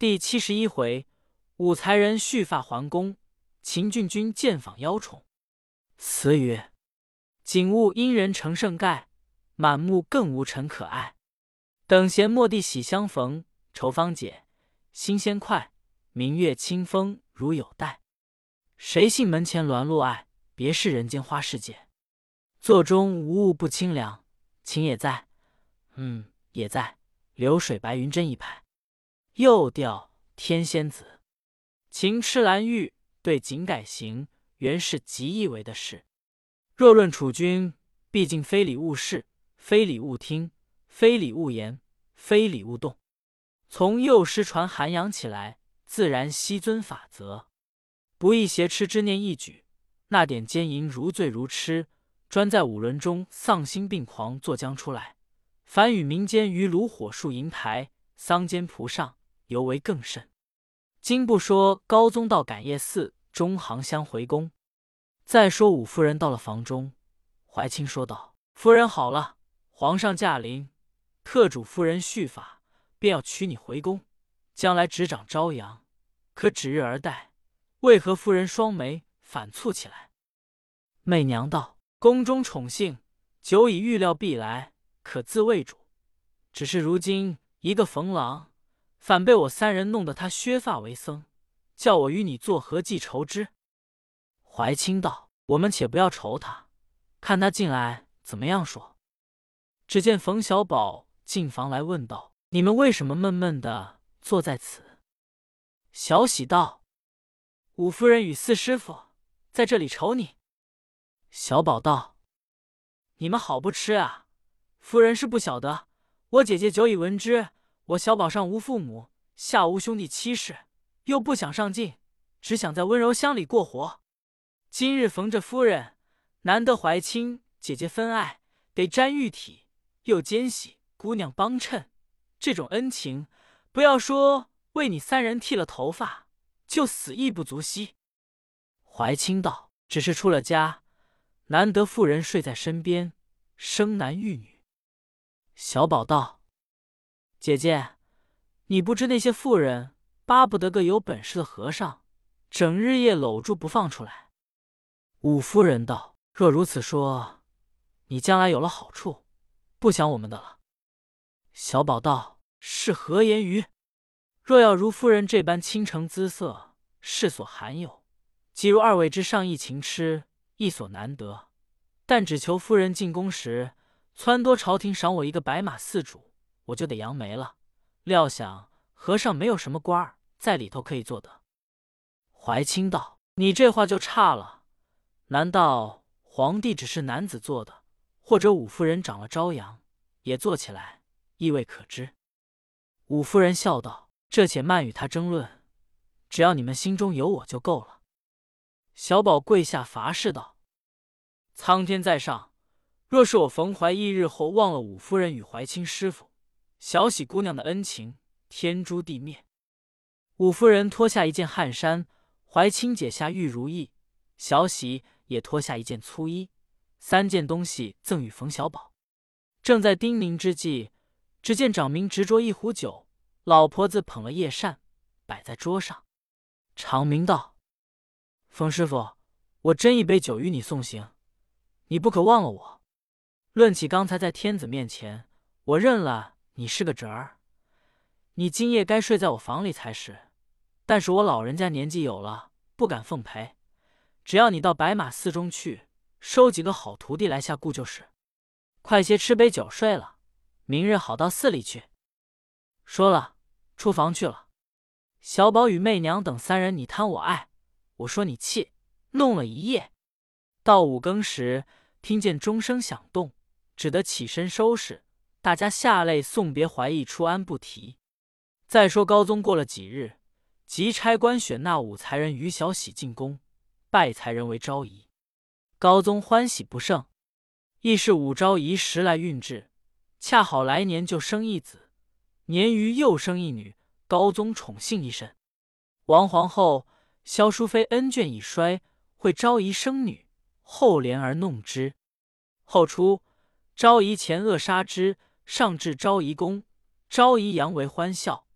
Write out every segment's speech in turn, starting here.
第71回，武才人续发还宫，秦郡君见访邀宠。词曰：景物因人成胜盖，满目更无尘可爱。等闲莫地喜相逢，愁方解，心先快。明月清风如有待，谁信门前鸾落爱？别是人间花世界。座中无物不清凉，情也在，也在。流水白云真一派，又调天仙子。秦痴兰欲对景改行，原是极易为的事。若论储君，毕竟非礼勿视，非礼勿听，非礼勿言，非礼勿动。从幼师传涵养起来，自然悉遵法则。不亦挟持之念一举，那点奸淫如醉如痴，专在五伦中丧心病狂作将出来。凡与民间于炉火树银台、桑间蒲上，尤为更甚。今不说高宗到感业寺中行香回宫，再说武夫人到了房中，怀清说道：夫人好了，皇上驾临，特嘱夫人续法，便要娶你回宫，将来执掌朝阳，可指日而待。为何夫人双眉反蹙起来？媚娘道：宫中宠幸，久已预料必来，可自为主。只是如今一个冯郎，反被我三人弄得他削发为僧，叫我与你作何计酬之？怀清道：我们且不要愁他，看他进来怎么样说。只见冯小宝进房来问道：你们为什么闷闷的坐在此？小喜道：武夫人与四师傅在这里愁你。小宝道：你们好不吃啊！夫人是不晓得，我姐姐久已闻之，我小宝上无父母，下无兄弟妻室，又不想上进，只想在温柔乡里过活。今日逢着夫人，难得怀清姐姐分爱，得沾玉体，又奸喜姑娘帮衬，这种恩情，不要说为你三人剃了头发，就死亦不足惜。怀清道：只是出了家，难得妇人睡在身边，生男育女。小宝道：姐姐，你不知那些妇人巴不得个有本事的和尚，整日夜搂住不放出来。武夫人道：若如此说，你将来有了好处，不想我们的了。小宝道：是何言语？若要如夫人这般倾城姿色，世所罕有，即如二位之上意情痴，亦所难得。但只求夫人进宫时，撺掇朝廷赏我一个白马寺主，我就得扬眉了。料想和尚没有什么官儿在里头可以做的。怀清道：你这话就差了，难道皇帝只是男子做的，或者武夫人长了朝阳，也做起来，亦未可知。武夫人笑道：这且慢与他争论，只要你们心中有我就够了。小宝跪下伐誓道：苍天在上，若是我冯怀义日后忘了武夫人与怀清师傅、小喜姑娘的恩情，天诛地灭。武夫人脱下一件汗衫，怀清解下玉如意，小喜也脱下一件粗衣，三件东西赠与冯小宝。正在叮咛之际，只见长明执着一壶酒，老婆子捧了叶扇，摆在桌上。长明道：冯师傅，我斟一杯酒与你送行，你不可忘了我。论起刚才在天子面前，我认了你是个侄儿，你今夜该睡在我房里才是。但是我老人家年纪有了，不敢奉陪，只要你到白马寺中去，收几个好徒弟来下顾就是。快些吃杯酒睡了，明日好到寺里去。说了，出房去了。小宝与媚娘等三人你贪我爱，我说你气，弄了一夜。到5更时，听见钟声响动，只得起身收拾，大家下泪送别怀义出安不提。再说高宗过了几日，即差官选那武才人于小喜进宫，拜才人为昭仪。高宗欢喜不胜，亦是武昭仪时来运至，恰好来年就生一子，年余又生一女，高宗宠幸一甚。王皇后、萧淑妃恩眷已衰，会昭仪生女，后怜而弄之。后初，昭仪前扼杀之，上至昭仪宫，昭仪扬为欢笑。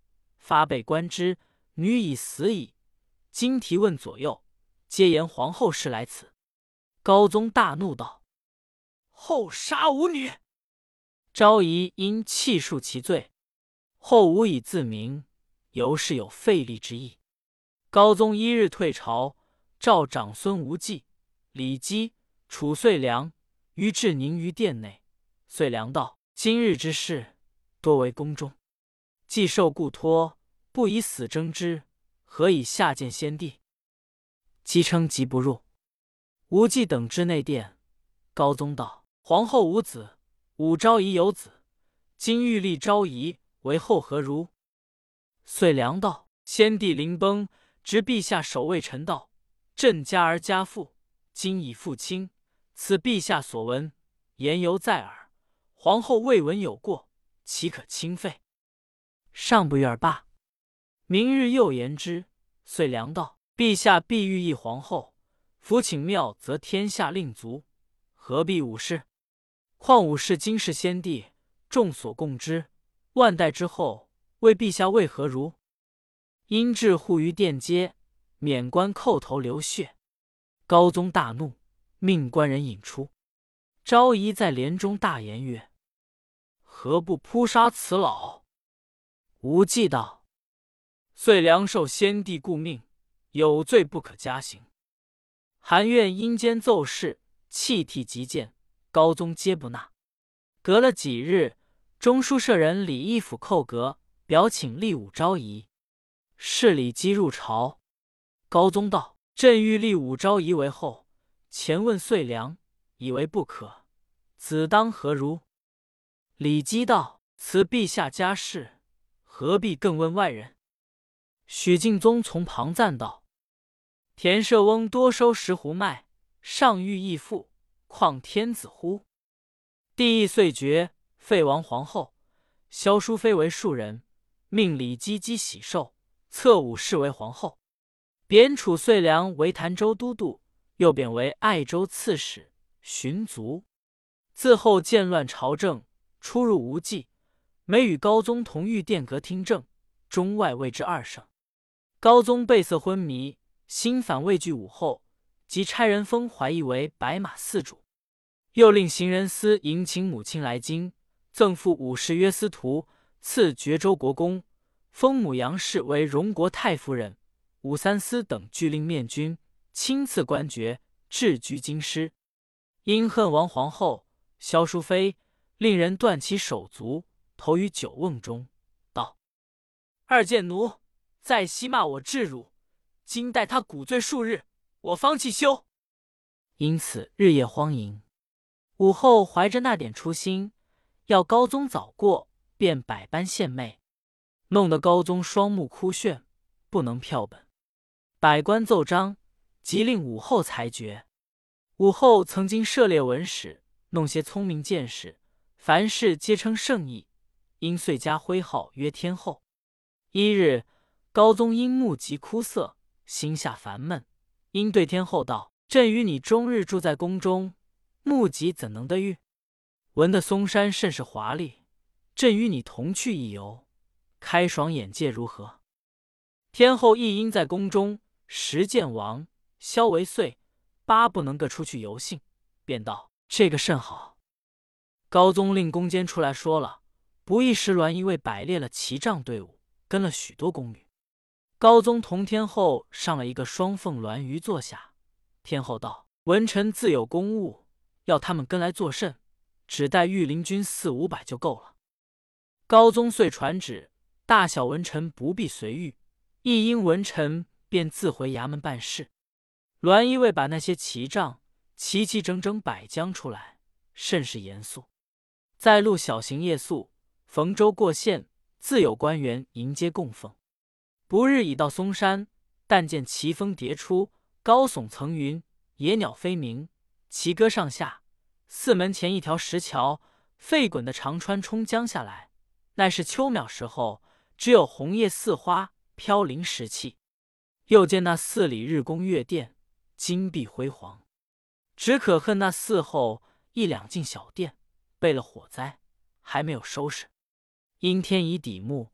发被观之，女已死矣。今提问左右，皆言皇后是来此。高宗大怒道：“后杀吾女！”昭仪因弃恕其罪，后无以自明，由是有废立之意。高宗一日退朝，召长孙无忌、李基、褚遂良于至宁于殿内。遂良道：“今日之事，多为宫中，既受故托，不以死争之，何以下见先帝？”姬称疾不入。无忌等至内殿，高宗道：“皇后无子，武昭仪有子，今欲立昭仪为后，何如？”遂良道：“先帝临崩，执陛下守卫臣道，朕家而家父，今已父亲，此陛下所闻，言犹在耳。皇后未闻有过，岂可轻废？上不悦而罢。明日又言之。”遂良道：“陛下必欲议皇后，夫请妙则天下令足，何必武士？况武士今是先帝，众所共知，万代之后，为陛下为何如？”因至护于殿阶，免官叩头流血。高宗大怒，命官人引出。昭仪在帘中大言曰：“何不扑杀此老？”无忌道：“遂良受先帝故命，有罪不可加刑。”韩愿阴间奏事，泣涕极谏，高宗皆不纳。隔了几日，中书舍人李义府叩阁，表请立武昭仪。是李基入朝，高宗道：“朕欲立武昭仪为后，前问遂良，以为不可，子当何如？”李基道：“此陛下家事，何必更问外人？”许敬宗从旁赞道：“田舍翁多收石斛麦，上欲义父，况天子乎？”帝意遂决，废王皇后，萧淑妃为庶人，命李基姬喜寿，册武氏为皇后，贬褚遂良为潭州都督，又贬为爱州刺史、巡卒。自后渐乱朝政，出入无忌，每与高宗同御殿阁听政，中外谓之二圣。高宗备色昏迷，心反畏惧武后，即差人封怀义为白马寺主，又令行人司迎请母亲来京，赠付50约司徒，赐爵州国公，封母杨氏为荣国太夫人，武三思等俱令面君，亲赐官爵，置居京师。因恨王皇后、萧淑妃，令人断其手足，投于酒瓮中，道：“二贱奴，在昔骂我至辱，今待他鼓罪数日，我方弃休。”因此日夜荒淫。武后怀着那点初心，要高宗早过，便百般献媚，弄得高宗双目哭眩，不能票本。百官奏章，即令武后裁决。武后曾经涉猎文史，弄些聪明见识，凡事皆称圣意，因遂加徽号曰天后。一日，高宗因目疾哭涩，心下烦闷，因对天后道：“朕与你终日住在宫中，目疾怎能得愈？闻得嵩山甚是华丽，朕与你同去一游，开爽眼界如何？”天后亦因在宫中时见王、萧为岁，巴不能个出去游幸，便道：“这个甚好。”高宗令宫监出来说了，不一时栾仪为摆列了骑仗队伍，跟了许多宫女。高宗同天后上了一个双凤銮舆坐下。天后道：“文臣自有公务，要他们跟来作甚？只带御林军400-500就够了。”高宗遂传旨，大小文臣不必随御，一应文臣便自回衙门办事。栾仪为把那些骑仗齐齐整整摆将出来，甚是严肃。在路小行夜宿，逢州过县，自有官员迎接供奉。不日已到嵩山，但见奇峰叠出，高耸层云，野鸟飞鸣，齐歌上下。寺门前一条石桥，沸滚的长川冲江下来，乃是秋渺时候，只有红叶似花，飘零时气。又见那寺里日宫月殿，金碧辉煌，只可恨那寺后1-2进小殿，备了火灾，还没有收拾。因天已底暮，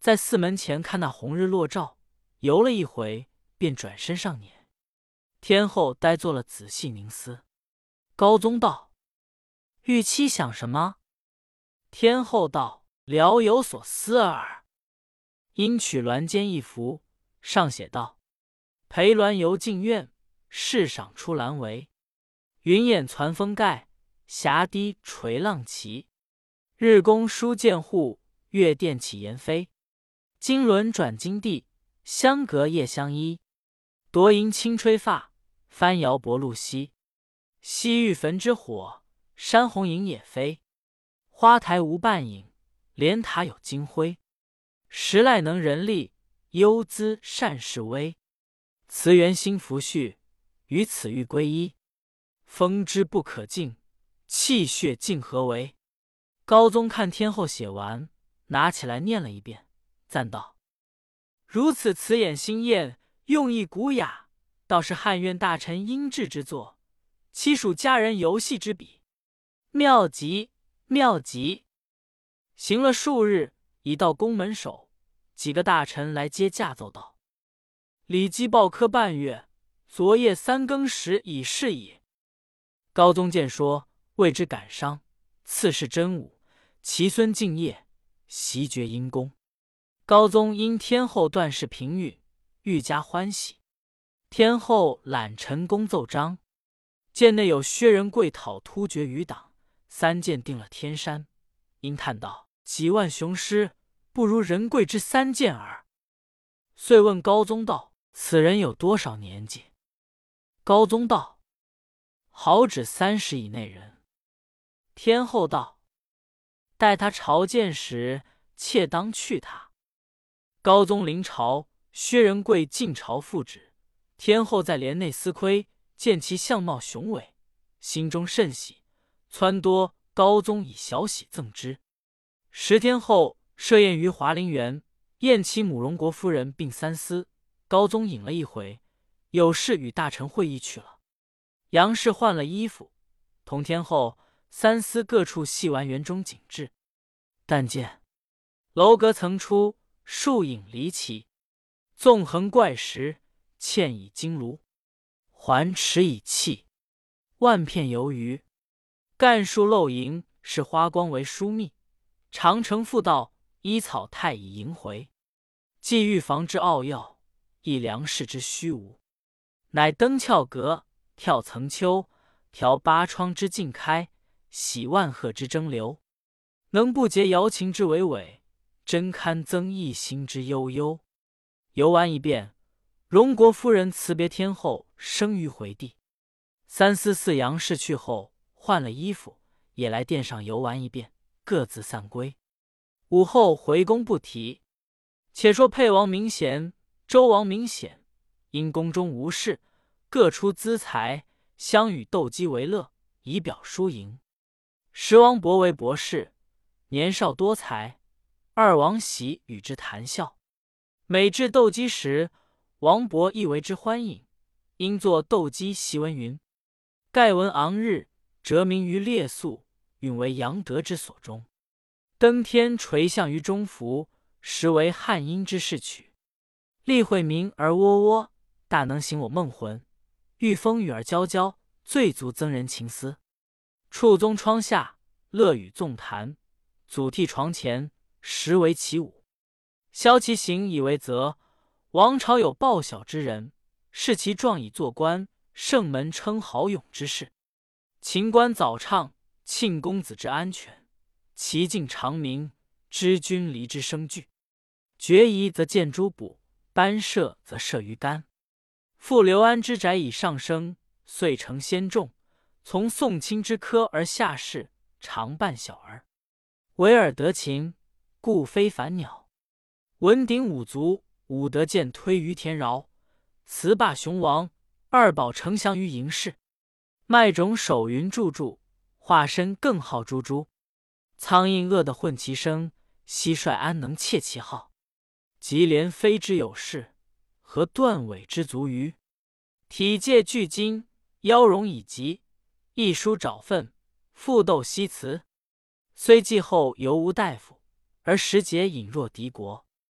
在寺门前看那红日落照，游了一回，便转身上辇。天后呆坐了，仔细凝思。高宗道：“玉妻想什么？”天后道：“聊有所思耳。”因取鸾笺一幅，上写道：“陪鸾游镜院，试赏出兰围。云掩攒峰盖，霞滴垂浪奇。日宫书剑户，月殿起檐飞。金轮转金地，香阁夜相依。夺银轻吹发，翻摇薄露溪。西域焚之火，山红影也飞。花台无半影，莲塔有金辉。时赖能人力，幽姿善事微。慈源心拂絮，于此欲归依。风之不可尽，气血竟何为？”高宗看天后写完，拿起来念了一遍，赞道：“如此词眼新艳，用意古雅，倒是汉苑大臣英志之作，岂属佳人游戏之笔？妙极，妙极！”行了数日，已到宫门首，几个大臣来接驾奏道：“李姬报科半月，昨夜3更时已是矣。”高宗见说，为之感伤，赐谥真武，其孙敬业，袭爵因公。高宗因天后断事平愈，愈加欢喜。天后览陈宫奏章，见内有薛仁贵讨突厥余党，3箭定了天山，因叹道：“几万雄师，不如仁贵之3箭耳。”遂问高宗道：“此人有多少年纪？”高宗道：“好指30以内人。”天后道：“待他朝见时，妾当去他。”高宗临朝，薛仁贵进朝复旨，天后在帘内思窥，见其相貌雄伟，心中甚喜，撺掇高宗以小喜赠之。10天后，设宴于华陵园，宴其母荣国夫人并3司。高宗饮了一回，有事与大臣会议去了。杨氏换了衣服，同天后、3司各处戏玩园中景致。但见楼阁层出，树影离奇，纵横怪石，嵌以金炉，环池以气，万片游鱼。干树漏萤，是花光为疏密。长城复道，依草太以迎回。既欲防之奥要，亦量视之虚无。乃登翘阁，跳层丘，调8窗之竞开，洗万壑之争流。能不竭瑶琴之娓娓，真堪增一心之悠悠。游玩一遍，荣国夫人辞别天后，生于回地。3司4杨氏去后，换了衣服，也来殿上游玩一遍，各自散归。午后回宫不提。且说沛王明贤、周王明显，因宫中无事，各出资财，相与斗鸡为乐，以表输赢。时王伯为博士，年少多才，二王喜与之谈笑。每至斗鸡时，王伯亦为之欢饮，因作斗鸡檄文云：“盖闻昂日，折名于列宿，允为阳德之所终。登天垂象于中服，实为汉阴之士曲。立会鸣而窝窝，大能醒我梦魂。遇风雨而娇娇，最足增人情思。处宗窗下，乐与纵谈，祖替床前，实为其舞。萧其行以为则，王朝有报晓之人，视其状以做官，圣门称豪勇之士。秦官早唱，庆公子之安全，其境长鸣，知君离之生惧。决疑则见诸卜，班射则射于竿。复刘安之宅以上升，遂成先众。从宋卿之科而下士，常伴小儿。维尔得秦，故非凡鸟。文鼎五族，武德渐推于田饶。辞霸雄王，二宝丞相于营氏。麦种守云柱柱，化身更好猪猪。苍蝇恶得混其声，蟋蟀安能窃其号？即连非之有事，何断尾之足欤？体介巨金，腰容以极，一书爪粪，复斗西辞。虽继后犹无大夫，而时节隐若敌国。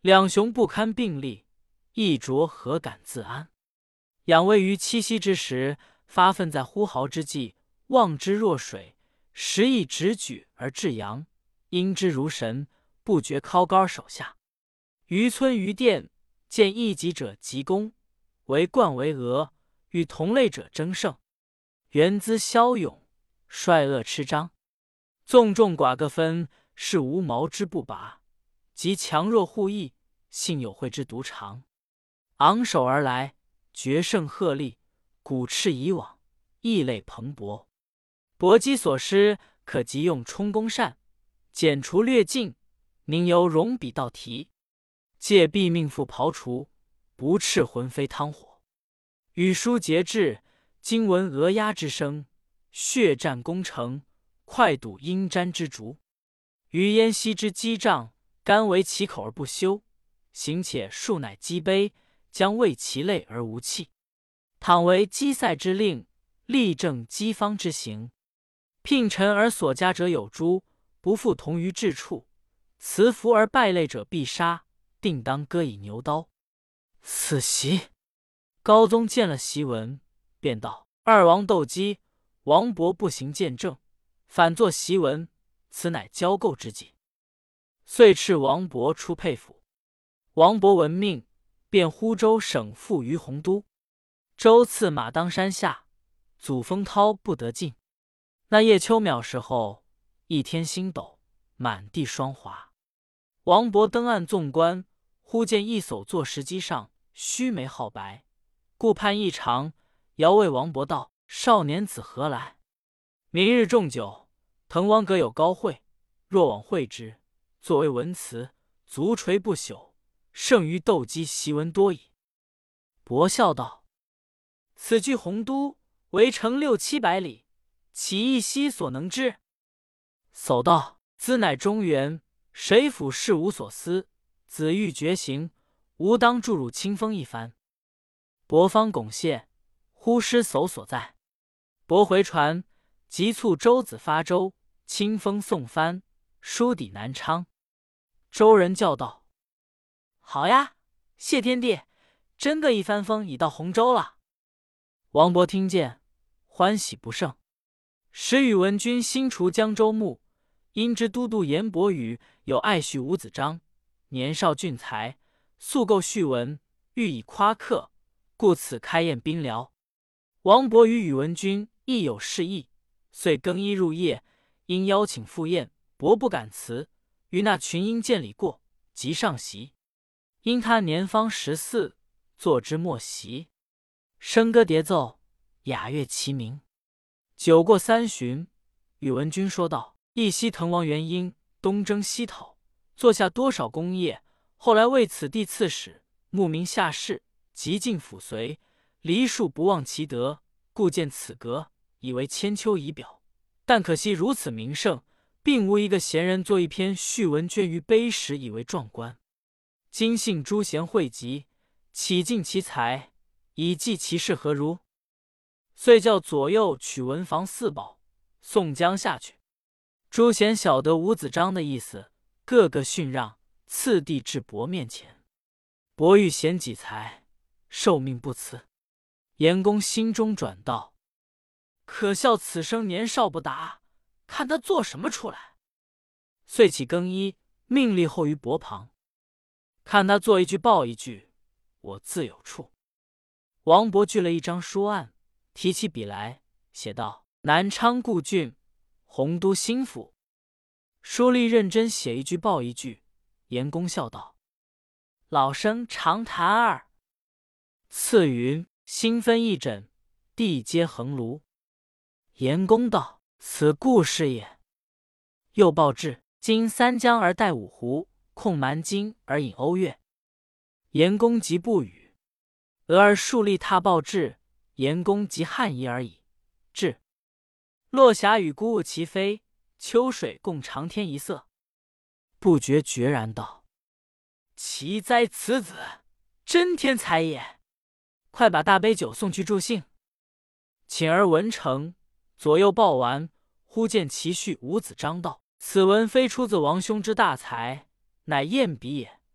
两雄不堪并立，一着何敢自安？养位于七夕之时，发愤在呼号之际，望之若水，时亦直举而至阳，因之如神，不觉靠杆手下。于村于店，见一己者急攻，为冠为额，与同类者争胜。原资骁勇，率恶吃张，纵众寡各分，是无毛之不拔。及强弱互异，幸有会之独长。昂首而来，决胜鹤唳，鼓翅以往，异类蓬勃。搏击所施，可即用冲锋扇，剪除略尽，宁由戎比道提。借毙命复刨除，不赤魂飞汤火。语书节制，今闻鹅鸦之声，血战攻城，快睹鹰瞻之竹。于燕西之击杖，甘为其口而不休，行且数乃击杯，将为其类而无弃。倘为击塞之令，力正击方之行。聘臣而所加者有诸，不复同于治处。辞服而败类者必杀，定当割以牛刀。此檄。高宗见了檄文，便道：二王斗鸡，王勃不行见证，反作檄文，此乃交媾之计。遂敕王勃出沛府。王勃闻命，便呼州省赴于洪都。州刺马当山下，祖风涛不得进。那夜秋渺时候，一天星斗，满地霜华。王勃登岸纵观，忽见一叟坐石矶上，须眉皓白，顾盼异常，遥谓王勃道：少年子何来？明日仲酒，滕王阁有高会，若往会之，作为文辞，足垂不朽，胜于斗鸡檄文多矣。勃笑道：此距洪都，围城600-700里，岂一夕所能之？叟道：兹乃中原，谁府事无所思，子欲绝行，吾当助汝清风一番。勃方拱谢，忽失叟所在。勃回船，急促舟子发舟，清风送帆，书抵南昌。舟人叫道：好呀，谢天地，真个一帆风已到洪州了。王勃听见，欢喜不胜。时宇文君新除江州牧，因知都督严伯羽有爱婿吴子章，年少俊才，素构序文，欲以夸克，故此开宴宾聊。王勃与宇文君亦有事意，遂更衣入夜，因邀请赴宴，勃不敢辞，与那群英见礼过，即上席。因他年方14，坐之末席，笙歌叠奏，雅乐齐鸣。酒过3巡，宇文君说道：一夕滕王元婴东征西讨，做下多少功业，后来为此地刺史，慕名下士，极尽辅随，黎庶不忘其德，故建此阁，以为千秋仪表。但可惜如此名盛，并无一个贤人作一篇序文镌于碑石，以为壮观。今幸诸贤汇集，启尽其才，以记其事何如？遂叫左右取文房4宝，送江下去。诸贤晓得吴子章的意思，个个逊让，次第至勃面前。勃欲显己才，受命不辞。严公心中转道：可笑此生年少不达，看他做什么出来。遂起更衣，命立后于勃旁，看他做一句报一句，我自有处。王勃具了一张书案，提起笔来，写道：南昌故郡，洪都新府。书吏认真写一句报一句。严公笑道：老生常谈耳。次云：新分一枕，地接横庐。严公道：此故事也。又报至：今3江而带5湖，控蛮荆而引瓯越。严公即不语。俄而数吏踏报至，严公即汗衣而已。至，落霞与孤鹜齐飞，秋水共长天一色。不觉决然道：奇哉此子，真天才也！快把大杯酒送去助兴。请而文成，左右报完，忽见其婿吴子章道：此文非出自王兄之大才，乃验笔也。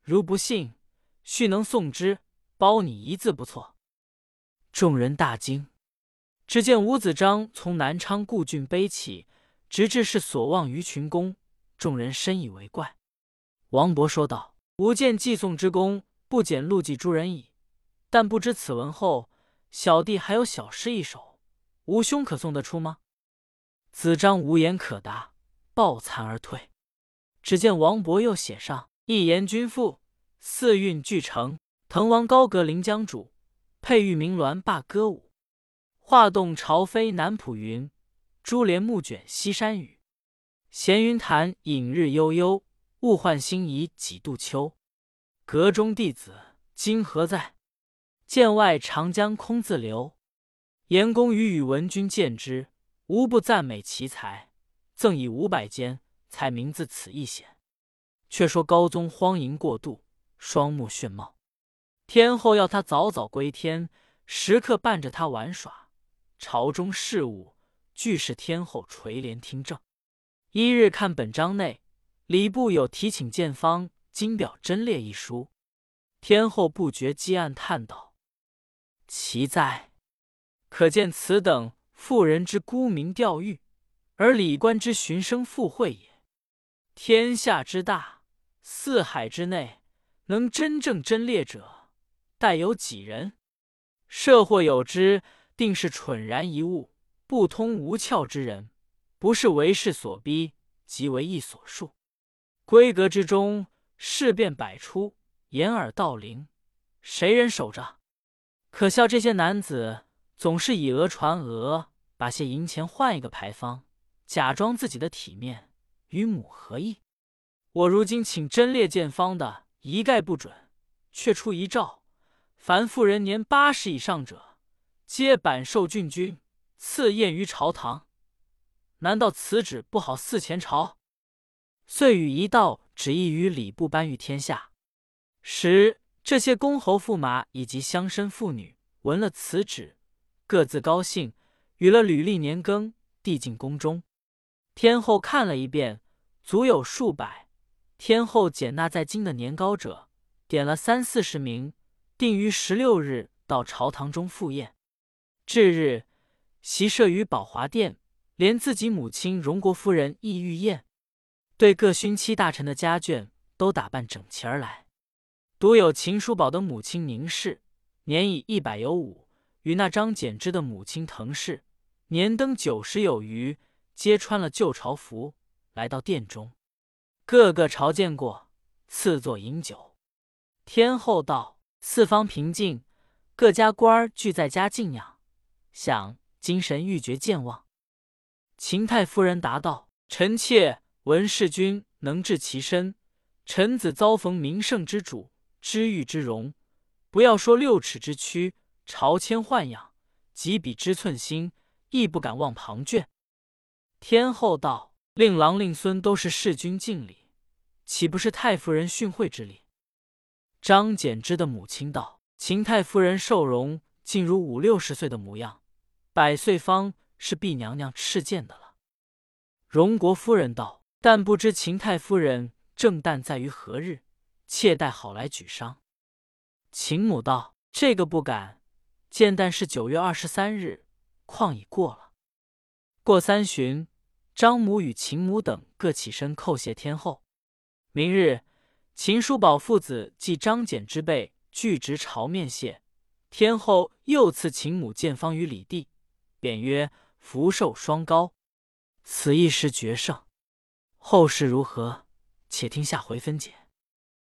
如不信，须能送之，包你一字不错。”众人大惊。只见吴子章从南昌故郡背起，直至是所望于群公，众人深以为怪。王勃说道：“吾见寄送之功，不减陆记诸人矣。但不知此文后，小弟还有小诗一首，吾兄可送得出吗？”子张无言可答，抱残而退。只见王勃又写上：“一言均赋，四韵俱成。滕王高阁临江渚，佩玉鸣鸾罢歌舞。画栋朝飞南浦云，珠帘暮卷西山雨。闲云潭影日悠悠，物换星移几度秋。阁中弟子今何在？剑外长江空自流。颜公与宇文君见之，无不赞美其才，赠以500笺，才名自此一显。却说高宗荒淫过度，双目眩冒，天后要他早早归天，时刻伴着他玩耍。朝中事务俱是天后垂帘听政。一日看本章内，礼部有提请建方金表真列一书，天后不觉积暗叹道：“奇哉！可见此等妇人之沽名钓誉，而礼官之循声附会也。天下之大，四海之内，能真正真列者，待有几人？设或有之，定是蠢然一物，不通无窍之人，不是为势所逼，即为意所束。闺阁之中，事变百出，掩耳盗铃，谁人守着？可笑这些男子总是以讹传讹，把些银钱换一个牌坊，假装自己的体面，与母何异？我如今请真列建方的，一概不准，却出一诏，凡妇人年80以上者，皆版授郡君，赐宴于朝堂。难道此旨不好似前朝？”遂与一道旨意于礼部颁于天下。时这些公侯驸马以及乡绅妇女闻了此旨，各自高兴，与了履历年羹，递进宫中。天后看了一遍，足有数百。天后检纳在京的年高者，点了30-40名，定于16日到朝堂中赴宴。至日，席设于宝华殿，连自己母亲荣国夫人亦御宴，对各勋戚大臣的家眷都打扮整齐而来。独有秦叔宝的母亲宁氏，年已100有5，与那张柬之的母亲滕氏，年登90有余，皆穿了旧朝服，来到殿中，个个朝见过，赐座饮酒。天后道：“四方平静，各家官儿俱在家静养，想精神欲绝健忘。”秦太夫人答道：“臣妾闻世君能治其身，臣子遭逢名圣之主，知遇之容，不要说6尺之躯，朝迁豢养，几笔之寸心，亦不敢忘旁眷。”天后道：“令郎令孙都是世君敬礼，岂不是太夫人训诲之礼？”张柬之的母亲道：“秦太夫人受容，竟如50-60岁的模样，100岁方是毕娘娘敕见的了。”荣国夫人道：“但不知秦太夫人正旦在于何日，妾待好来举丧。”秦母道：“这个不敢，见旦是9月23日，况已过了。”过3旬，张母与秦母等各起身叩谢天后。明日，秦叔宝父子继张柬之辈具职朝面谢。天后又赐秦母建方于礼地，贬曰福寿双高。此一时决胜。后事如何，且听下回分解。